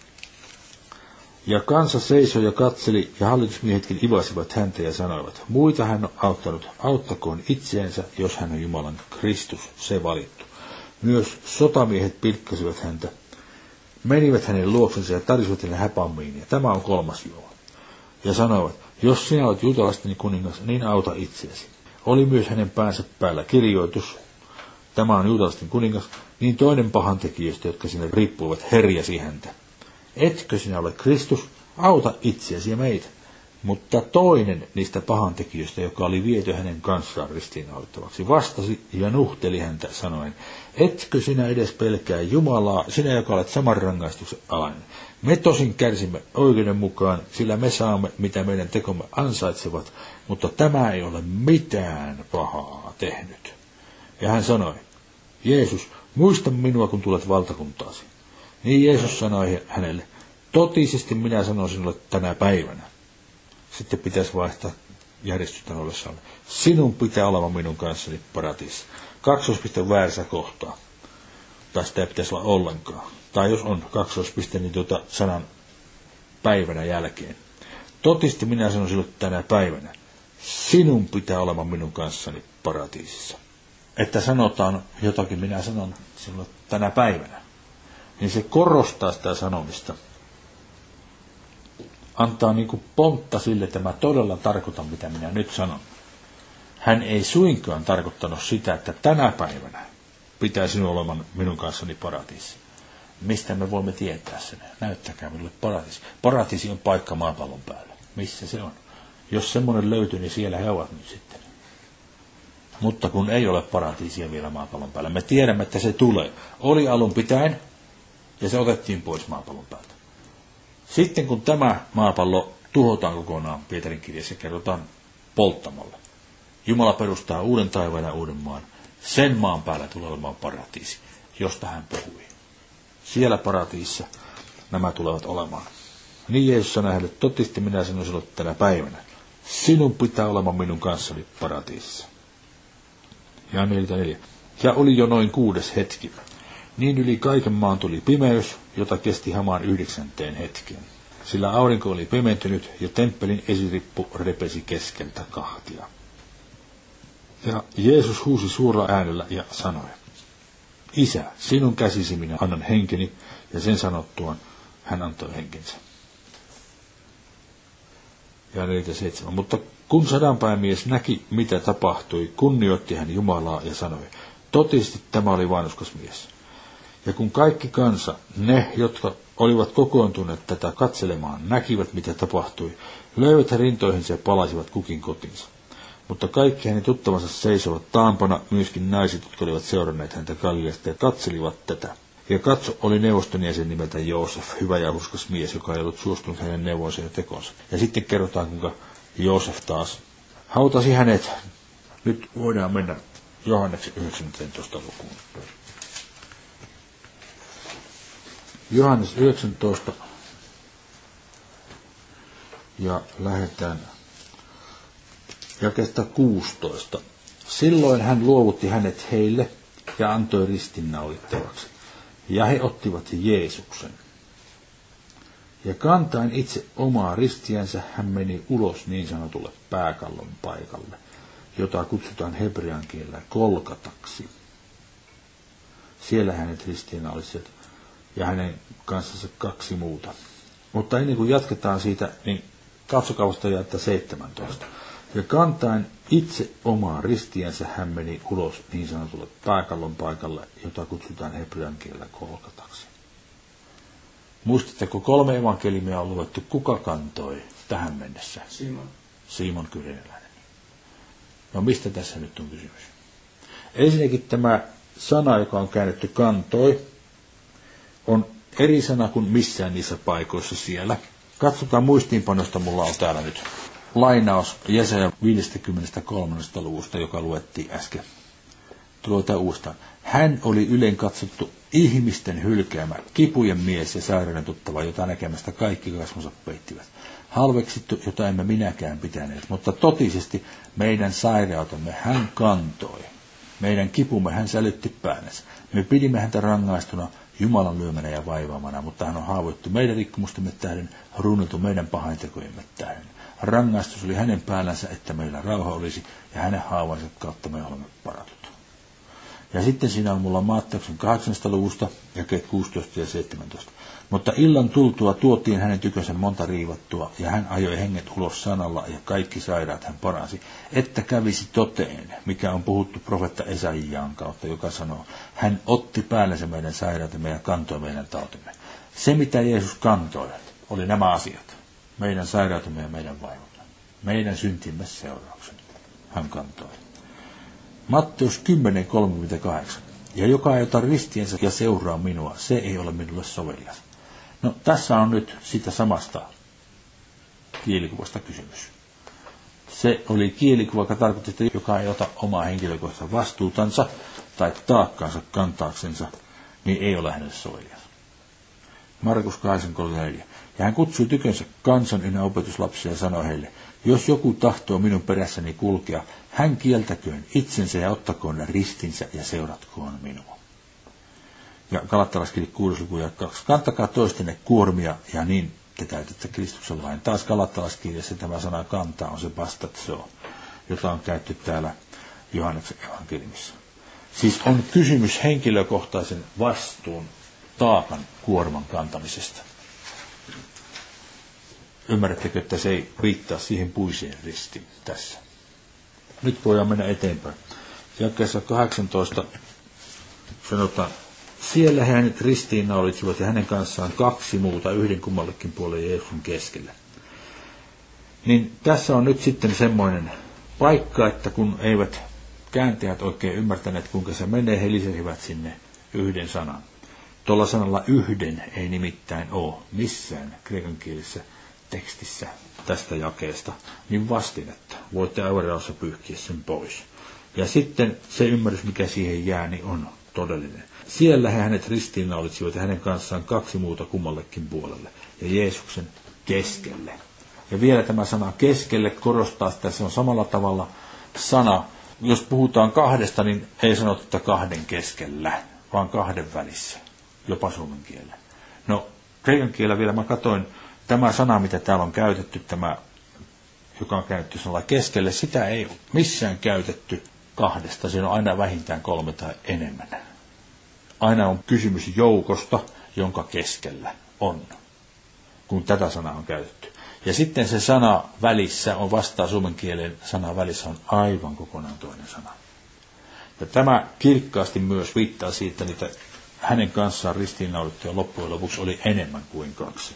Speaker 1: Ja kansa seisoi ja katseli, ja hallitusmiehetkin ivasivat häntä ja sanoivat, muita hän on auttanut, auttakoon itseensä, jos hän on Jumalan Kristus, se valittu. Myös sotamiehet pilkkasivat häntä, menivät hänen luoksensa ja tarjosivat hänen häpammiin, ja tämä on kolmas juoma. Ja sanoivat, jos sinä olet juutalaisten kuningas, niin auta itseäsi. Oli myös hänen päänsä päällä kirjoitus, tämä on juutalaisten kuningas, niin toinen pahantekijöistä, jotka sinne riippuivat, herjasi häntä. Etkö sinä ole Kristus, auta itseäsi ja meitä. Mutta toinen niistä pahantekijöistä, joka oli viety hänen kanssaan ristiinnaulittavaksi, vastasi ja nuhteli häntä sanoen, etkö sinä edes pelkää Jumalaa, sinä joka olet saman rangaistuksen alainen. Me tosin kärsimme oikeuden mukaan, sillä me saamme, mitä meidän tekomme ansaitsevat, mutta tämä ei ole mitään pahaa tehnyt. Ja hän sanoi, Jeesus, muista minua, kun tulet valtakuntaasi. Niin Jeesus sanoi hänelle, totisesti minä sanon sinulle tänä päivänä. Sitten pitäisi vaihtaa järjestystä ollessaan. Sinun pitää olla minun kanssani paratiisissa. Kaksoispiste väärässä kohtaa. Tai sitä ei pitäisi olla ollenkaan. Tai jos on kaksoispiste, niin tuota sanan päivänä jälkeen. Totisesti minä sanon sinulle tänä päivänä. Sinun pitää olla minun kanssani paratiisissa. Että sanotaan jotakin, minä sanon sinulle tänä päivänä. Niin se korostaa sitä sanomista. Antaa niin kuin pontta sille, että mä todella tarkoitan, mitä minä nyt sanon. Hän ei suinkaan tarkoittanut sitä, että tänä päivänä pitää sinun olevan minun kanssani paratiisi. Mistä me voimme tietää sen? Näyttäkää minulle paratiisi. Paratiisi on paikka maapallon päällä. Missä se on? Jos semmoinen löytyy, niin siellä he ovat nyt sitten. Mutta kun ei ole paratiisia vielä maapallon päällä, me tiedämme, että se tulee. Oli alun pitäen, ja se otettiin pois maapallon päältä. Sitten kun tämä maapallo tuhotaan kokonaan, Pietarin kirjassa kerrotaan polttamolle. Jumala perustaa uuden taivaan ja uuden maan. Sen maan päällä tulee olemaan paratiisi, josta hän puhui. Siellä paratiissa nämä tulevat olemaan. Niin Jeesus sanoi hänelle, totisesti minä sanon sinulle tänä päivänä. Sinun pitää olemaan minun kanssani paratiisissa. Ja neljäkymmentäneljä. Ja oli jo noin kuudes hetki. Niin yli kaiken maan tuli pimeys, jota kesti hamaan yhdeksänteen hetkeen. Sillä aurinko oli pimentynyt ja temppelin esirippu repesi keskeltä kahtia. Ja Jeesus huusi suurella äänellä ja sanoi, Isä, sinun käsisi minä annan henkeni, ja sen sanottuaan hän antoi henkensä. Ja neljäkymmentäseitsemän. Mutta kun sadanpäämies näki, mitä tapahtui, kunnioitti hän Jumalaa ja sanoi, totisesti tämä oli vanhuskas mies. Ja kun kaikki kansa, ne, jotka olivat kokoontuneet tätä katselemaan, näkivät, mitä tapahtui, löivät rintoihinsa ja palasivat kukin kotinsa. Mutta kaikki hänen tuttavansa seisovat taampana, myöskin naiset, jotka olivat seuranneet häntä Galileasta ja katselivat tätä. Ja katso, oli neuvoston jäsen nimeltä Joosef, hyvä ja uskas mies, joka ei ollut suostunut hänen neuvonsa ja tekonsa. Ja sitten kerrotaan, kuinka Joosef taas hautasi hänet. Nyt voidaan mennä Johanneksen yhdeksäntoista lukuun. Johannes yhdeksäntoista. Ja lähdetään jakeesta kuusitoista. Silloin hän luovutti hänet heille ja antoi ristinnaulittavaksi. Ja he ottivat Jeesuksen. Ja kantaen itse omaa ristiänsä hän meni ulos niin sanotulle pääkallon paikalle, jota kutsutaan hebrean kielellä Golgataksi. Siellä hänet ristiinnaulitsivat ja hänen kanssansa kaksi muuta. Mutta ennen kuin jatketaan siitä, niin katsokaa vasta jaetta seitsemäntoista. Ja kantaen itse omaa ristiänsä hän meni ulos niin sanotulle pääkallon paikalle, jota kutsutaan hebrean kielellä Golgataksi. Muistatteko, kolme evankeliumia on luettu, kuka kantoi tähän mennessä?
Speaker 3: Simon.
Speaker 1: Simon Kyreneläinen. No mistä tässä nyt on kysymys? Ensinnäkin tämä sana, joka on käännetty kantoi, on eri sana kuin missään niissä paikoissa siellä. Katsotaan muistiinpanosta, mulla on täällä nyt lainaus Jesaja viisikymmentäkolme luvusta, joka luettiin äsken. Tulee uudestaan. Hän oli ylen katsottu ihmisten hylkäämä, kipujen mies ja sairauden tuttava, jota näkemästä kaikki kasvonsa peittivät. Halveksittu, jota emme minäkään pitäneet, mutta totisesti meidän sairautemme hän kantoi. Meidän kipumme hän sälytti päänsä. Me pidimme häntä rangaistuna Jumalan lyömänä ja vaivaamana, mutta hän on haavoittu meidän rikkomustemme tähden, runneltu meidän pahaintekojemme tähden. Rangaistus oli hänen päällänsä, että meillä rauha olisi, ja hänen haavansa kautta me olemme paratut. Ja sitten siinä on mulla Maatteuksen kahdeksannesta luvusta, jakeet kuusitoista ja seitsemäntoista. Mutta illan tultua tuotiin hänen tykönsä monta riivattua, ja hän ajoi henget ulos sanalla, ja kaikki sairaat hän paransi, että kävisi toteen, mikä on puhuttu profetta Esaiaan kautta, joka sanoo, hän otti päällensä meidän sairaatemme ja kantoi meidän tautimme. Se, mitä Jeesus kantoi, oli nämä asiat. Meidän sairautemme ja meidän vaivamme. Meidän syntimme seurauksen. Hän kantoi. Matteus kymmenen kolmekymmentäkahdeksan. Ja joka ei ota ristiensä ja seuraa minua, se ei ole minulle sovelias. No tässä on nyt sitä samasta kielikuvasta kysymys. Se oli kielikuva, joka tarkoitti, että joka ei ota omaa henkilökohtaista vastuutansa tai taakkaansa kantaaksensa, niin ei ole hänelle sovelias. Markus kahdeksan kolmekymmentäneljä. Ja hän kutsui tykönsä kansan ynnä opetuslapsia ja sanoi heille, jos joku tahtoo minun perässäni kulkea, hän kieltäköön itsensä ja ottakoon ristinsä ja seuratkoon minua. Ja Galattalaiskirje kuudes luku ja kaksi. Kantakaa toistenne kuormia ja niin te täytätte Kristuksen lain. Taas Galattalaiskirjassa tämä sana kantaa on se bastatso, jota on käytetty täällä Johanneksen evankeliumissa. Siis on kysymys henkilökohtaisen vastuun taakan kuorman kantamisesta. Ymmärrättekö, että se ei viittaa siihen puiseen ristiin tässä? Nyt voidaan mennä eteenpäin. Jakeessa kahdeksantoista sanotaan, siellä he hänet ristiinnaulitsivat ja hänen kanssaan kaksi muuta, yhden kummallekin puolelle Jeesuksen keskellä. Niin tässä on nyt sitten semmoinen paikka, että kun eivät kääntäjät oikein ymmärtäneet, kuinka se menee, he lisäsivät sinne yhden sanan. Tuolla sanalla yhden ei nimittäin ole missään kreikankielisessä tekstissä tästä jakeesta, niin vastinetta. Voitte aivaraussa pyyhkiä sen pois. Ja sitten se ymmärrys, mikä siihen jää, niin on todellinen. Siellä he hänet ristiinnaulitsivat ja hänen kanssaan kaksi muuta kummallekin puolelle ja Jeesuksen keskelle. Ja vielä tämä sana keskelle korostaa sitä, se on samalla tavalla sana. Jos puhutaan kahdesta, niin ei sanota kahden keskellä, vaan kahden välissä, jopa suomen kielellä. No, kreikan kielellä vielä mä katsoin, tämä sana, mitä täällä on käytetty, tämä, joka on käytetty sanalla keskelle, sitä ei ole missään käytetty kahdesta. Siinä on aina vähintään kolme tai enemmän. Aina on kysymys joukosta, jonka keskellä on, kun tätä sanaa on käytetty. Ja sitten se sana välissä on vastaa suomen kielen sana välissä on aivan kokonaan toinen sana. Ja tämä kirkkaasti myös viittaa siitä, että hänen kanssaan ristiinnaulittuja loppujen lopuksi oli enemmän kuin kaksi.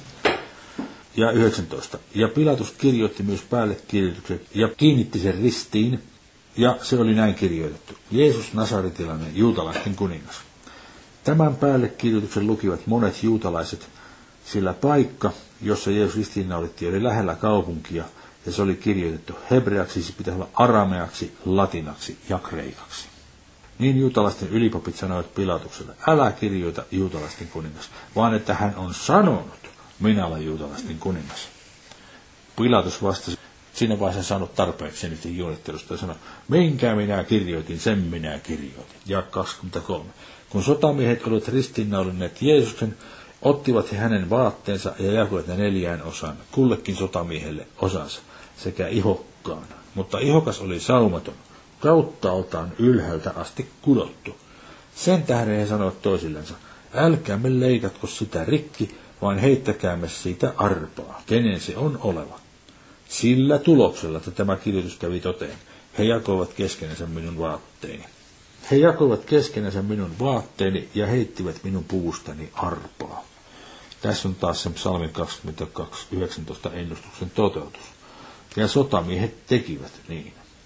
Speaker 1: Ja yhdeksäntoista. Ja Pilatus kirjoitti myös päälle kirjoitukset ja kiinnitti sen ristiin, ja se oli näin kirjoitettu. Jeesus Nasaretilainen, juutalaisten kuningas. Tämän päälle kirjoituksen lukivat monet juutalaiset, sillä paikka, jossa Jeesus ristiinnaulittiin, oli lähellä kaupunkia, ja se oli kirjoitettu hebreaksi, siis pitää olla arameaksi, latinaksi ja kreikaksi. Niin juutalaisten ylipapit sanoivat Pilatukselle, älä kirjoita juutalaisten kuningas, vaan että hän on sanonut, minä olen juutalaisten kuningas. Pilatus vastasi, siinä vaiheessa saanut tarpeeksi niiden juonittelusta ja sanoi, minkä minä kirjoitin, sen minä kirjoitin. Ja kaksikymmentäkolme. Kun sotamiehet olivat ristiinnaulinneet Jeesuksen, ottivat he hänen vaatteensa ja jakoivat ne neljään osaan, kullekin sotamiehelle osansa, sekä ihokkaan. Mutta ihokas oli saumaton, kauttaaltaan ylhäältä asti kudottu. Sen tähden he sanoivat toisillensa, älkäämme leikatko sitä rikki, vaan heittäkäämme siitä arpaa, kenen se on oleva. Sillä tuloksella, että tämä kirjoitus kävi toteen, he jakoivat keskenänsä minun vaatteeni. He jakoivat keskenänsä minun vaatteeni ja heittivät minun puustani arpaa. Tässä on taas sen psalmin kaksikymmentäkaksi yhdeksäntoista ennustuksen toteutus. Ja sotamiehet tekivät niin.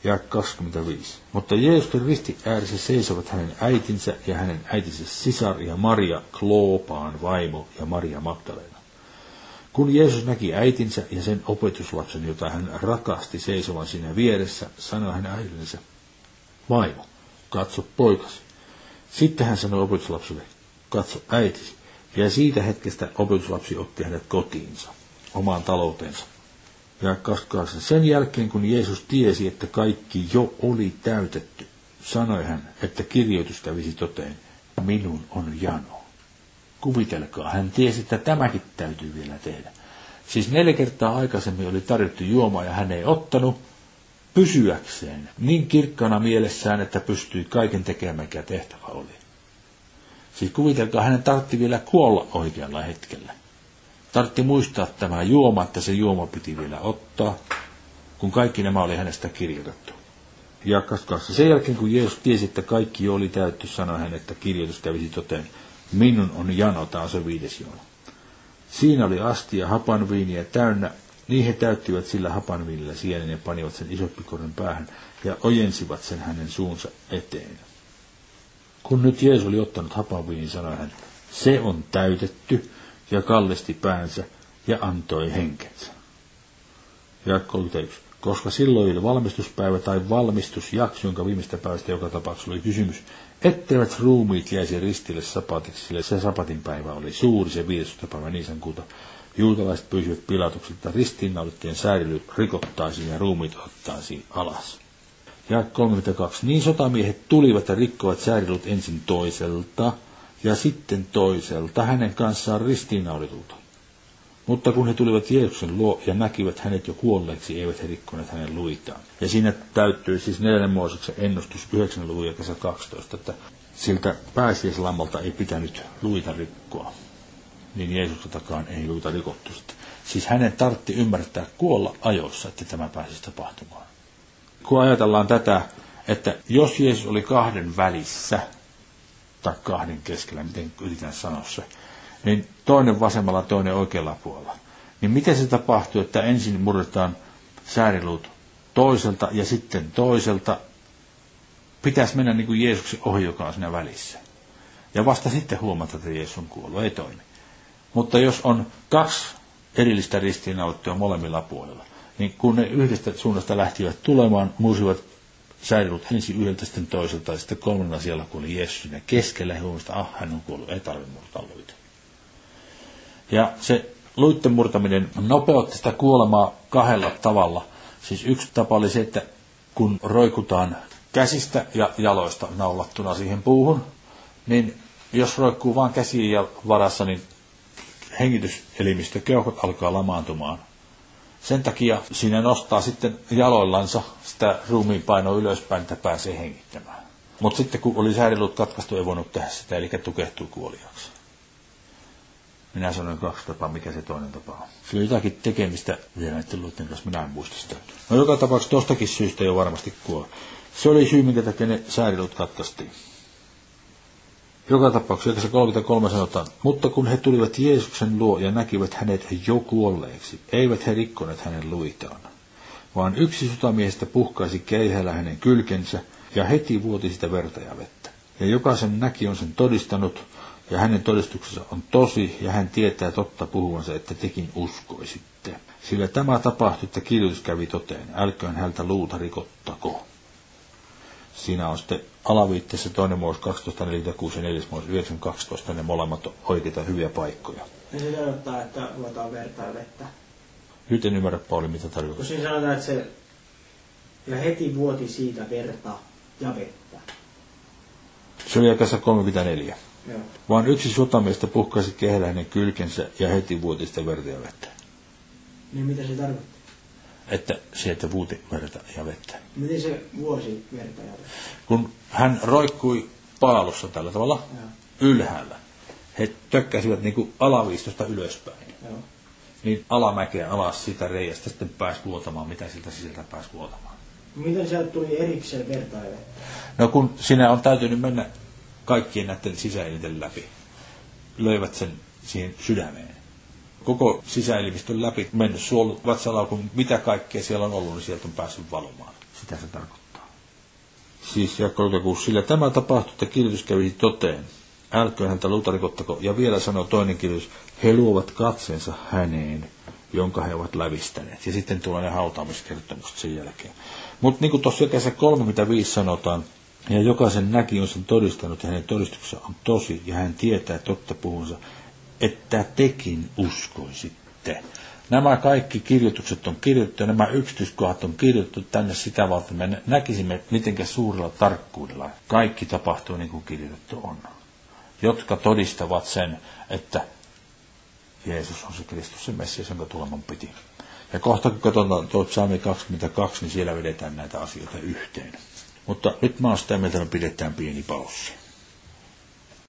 Speaker 1: Ja kaksikymmentäviisi. Mutta Jeesuksen ristin ääressä seisovat hänen äitinsä ja hänen äitinsä sisar ja Maria, Kloopaan vaimo ja Maria Magdalena. Kun Jeesus näki äitinsä ja sen opetuslapsen, jota hän rakasti seisovan siinä vieressä, sanoi hän äidillensä, vaimo, katso poikasi. Sitten hän sanoi opetuslapselle, katso äitisi. Ja siitä hetkestä opetuslapsi otti hänet kotiinsa, omaan talouteensa. Ja kaksikymmentäkahdeksan. Sen jälkeen, kun Jeesus tiesi, että kaikki jo oli täytetty, sanoi hän, että kirjoitus kävisi toteen, minun on jano. Kuvitelkaa, hän tiesi, että tämäkin täytyy vielä tehdä. Siis neljä kertaa aikaisemmin oli tarjottu juomaa ja hän ei ottanut pysyäkseen niin kirkkana mielessään, että pystyi kaiken tekemään, mikä tehtävä oli. Siis kuvitelkaa, hänen tarvitsi vielä kuolla oikealla hetkellä. Tarvitsi muistaa tämä juoma, että se juoma piti vielä ottaa, kun kaikki nämä oli hänestä kirjoitettu. Ja kaksikymmentäkaksi. Sen jälkeen, kun Jeesus tiesi, että kaikki oli täytty, sanoi hän, että kirjoitus kävisi toteen. Minun on jano, tämä on se viides jono. Siinä oli astia hapanviiniä täynnä. Niin he täyttivät sillä hapanviinillä sienen ja panivat sen isoppikorin päähän ja ojensivat sen hänen suunsa eteen. Kun nyt Jeesus oli ottanut hapanviinin, sanoi hän, se on täytetty, ja kallisti päänsä ja antoi henkensä. Ja kolmekymmentäyksi. Koska silloin oli valmistuspäivä tai valmistusjakso, jonka viimeistä päivästä joka tapauksessa oli kysymys, etteivät ruumiit jäisi ristille sapatiksi, sillä se sapatin päivä oli suuri, se viidestoista päivä niin sankuuta. Juutalaiset pyysivät Pilatukselta, että ristiinnaulittujen säädelyt rikottaisiin ja ruumiit ottaisiin alas. Ja kolmekymmentäkaksi. Niin sotamiehet tulivat ja rikkoivat säädelyt ensin toiselta, ja sitten toiselta hänen kanssaan ristiinnaulitulta. Mutta kun he tulivat Jeesuksen luo ja näkivät hänet jo kuolleeksi, eivät he rikkoneet hänen luitaan. Ja siinä täyttyy siis neljännen Mooseksen ennustus yhdeksännen luvun ja kesä kaksitoista, että siltä pääsiäislammalta ei pitänyt luita rikkoa. Niin Jeesukseltakaan ei luita rikottu sitten. Siis hänen tarvitsi ymmärtää kuolla ajoissa, että tämä pääsisi tapahtumaan. Kun ajatellaan tätä, että jos Jeesus oli kahden välissä, tai kahden keskellä, miten yritän sanoa se, niin toinen vasemmalla, toinen oikealla puolella. Niin miten se tapahtuu, että ensin murretaan sääriluut toiselta ja sitten toiselta, pitäisi mennä niin kuin Jeesuksen ohi, joka on siinä välissä. Ja vasta sitten huomata, että Jeesus on kuollut, ei toimi. Mutta jos on kaksi erillistä ristiinnaulittua molemmilla puolella, niin kun ne yhdestä suunnasta lähtivät tulemaan, mursivat säärilut ensin yhdeltä, sitten toiselta, ja sitten kolmannella siellä kuoli Jeesus siinä keskellä, ja huomista, ah, hän on kuollut, ei tarvitse murtaa luita. Ja se luitten murtaminen nopeutti sitä kuolemaa kahdella tavalla. Siis yksi tapa oli se, että kun roikutaan käsistä ja jaloista naulattuna siihen puuhun, niin jos roikkuu vain käsien varassa, niin hengityselimistö, keuhkot alkaa lamaantumaan. Sen takia siinä nostaa sitten jaloillansa sitä ruumiin painoa ylöspäin, että pääsee hengittämään. Mutta sitten kun oli säärilut katkaistu, ei voinut tehdä sitä, eli tukehtui kuoliaksi. Minä sanoin kaksi tapaa, mikä se toinen tapa on. Se oli jotakin tekemistä vielä näiden luiden kanssa, minä en muista sitä. No joka tapauksessa tostakin syystä jo varmasti kuoli. Se oli syy, minkä takia ne säärilut katkaistiin. Joka tapauksessa kolmekymmentäkolme sanotaan, mutta kun he tulivat Jeesuksen luo ja näkivät hänet jo kuolleeksi, eivät he rikkoneet hänen luitaan, vaan yksi sotamiehistä puhkaisi keihällä hänen kylkensä ja heti vuoti sitä verta ja vettä. Ja jokaisen näki on sen todistanut, ja hänen todistuksensa on tosi, ja hän tietää totta puhuvansa, että tekin uskoisitte. Sillä tämä tapahtui, että kirjoitus kävi toteen, älköön häneltä luuta rikottako. Siinä on sitten alaviitteessä toinen Mooses kaksitoista neljäkymmentäkuusi ja neljäs Mooses yhdeksän kaksitoista, ne molemmat oikeita hyviä paikkoja.
Speaker 3: Ja se tarkoittaa, että luotaan verta ja vettä.
Speaker 1: Nyt en ymmärrä, Pauli, mitä tarkoittaa.
Speaker 3: Kun siinä sanotaan, että se ja heti vuoti siitä verta ja vettä.
Speaker 1: Se oli jakassa kolmekymmentäneljä.
Speaker 3: Joo.
Speaker 1: Vaan yksi sotamiestä puhkaisi kehällä hänen kylkensä ja heti vuoti sitä verta ja vettä.
Speaker 3: Niin mitä se tarkoittaa?
Speaker 1: Että sieltä vuoti verta ja vettä.
Speaker 3: Miten se vuosi verta ja vettä?
Speaker 1: Kun hän roikkui paalussa tällä tavalla
Speaker 3: Joo.
Speaker 1: ylhäällä, he tökkäsivät niin kuin alaviistosta ylöspäin.
Speaker 3: Joo.
Speaker 1: Niin alamäkeä alas sitä reiästä sitten pääsi vuotamaan, mitä siltä sisältä pääsi vuotamaan.
Speaker 3: Miten sieltä tuli erikseen verta ja vettä?
Speaker 1: No kun sinä on täytynyt mennä kaikkien näiden sisäelinten läpi, löivät sen siihen sydämeen. Koko sisäelimistön läpi mennyt suolut, vatsalaukun, mitä kaikkea siellä on ollut, niin sieltä on päässyt valumaan. Sitä se tarkoittaa. Siis Jaakko sillä tämä tapahtui, että kirjoitus kävisi toteen. Älköön häntä luutarikottako. Ja vielä sanoo toinen kirjoitus, he luovat katseensa häneen, jonka he ovat lävistäneet. Ja sitten tulee ne hautaamiskertomukset sen jälkeen. Mutta niin kuin tuossa jakeessa kolmekymmentäviisi sanotaan, ja jokaisen näki on sen todistanut, ja hänen todistuksensa on tosi, ja hän tietää totta puhunsa, että tekin uskoisitte. Nämä kaikki kirjoitukset on kirjoitettu, ja nämä yksityiskohdat on kirjoitettu tänne sitä varten. Me näkisimme, miten suurella tarkkuudella kaikki tapahtuu niin kuin kirjoitettu on. Jotka todistavat sen, että Jeesus on se Kristus, se Messias, jonka tuleman piti. Ja kohta kun katsotaan tuo Psalmi kaksikymmentäkaksi, niin siellä vedetään näitä asioita yhteen. Mutta nyt mä oon sitä mieltä, että me pidetään pieni paussi.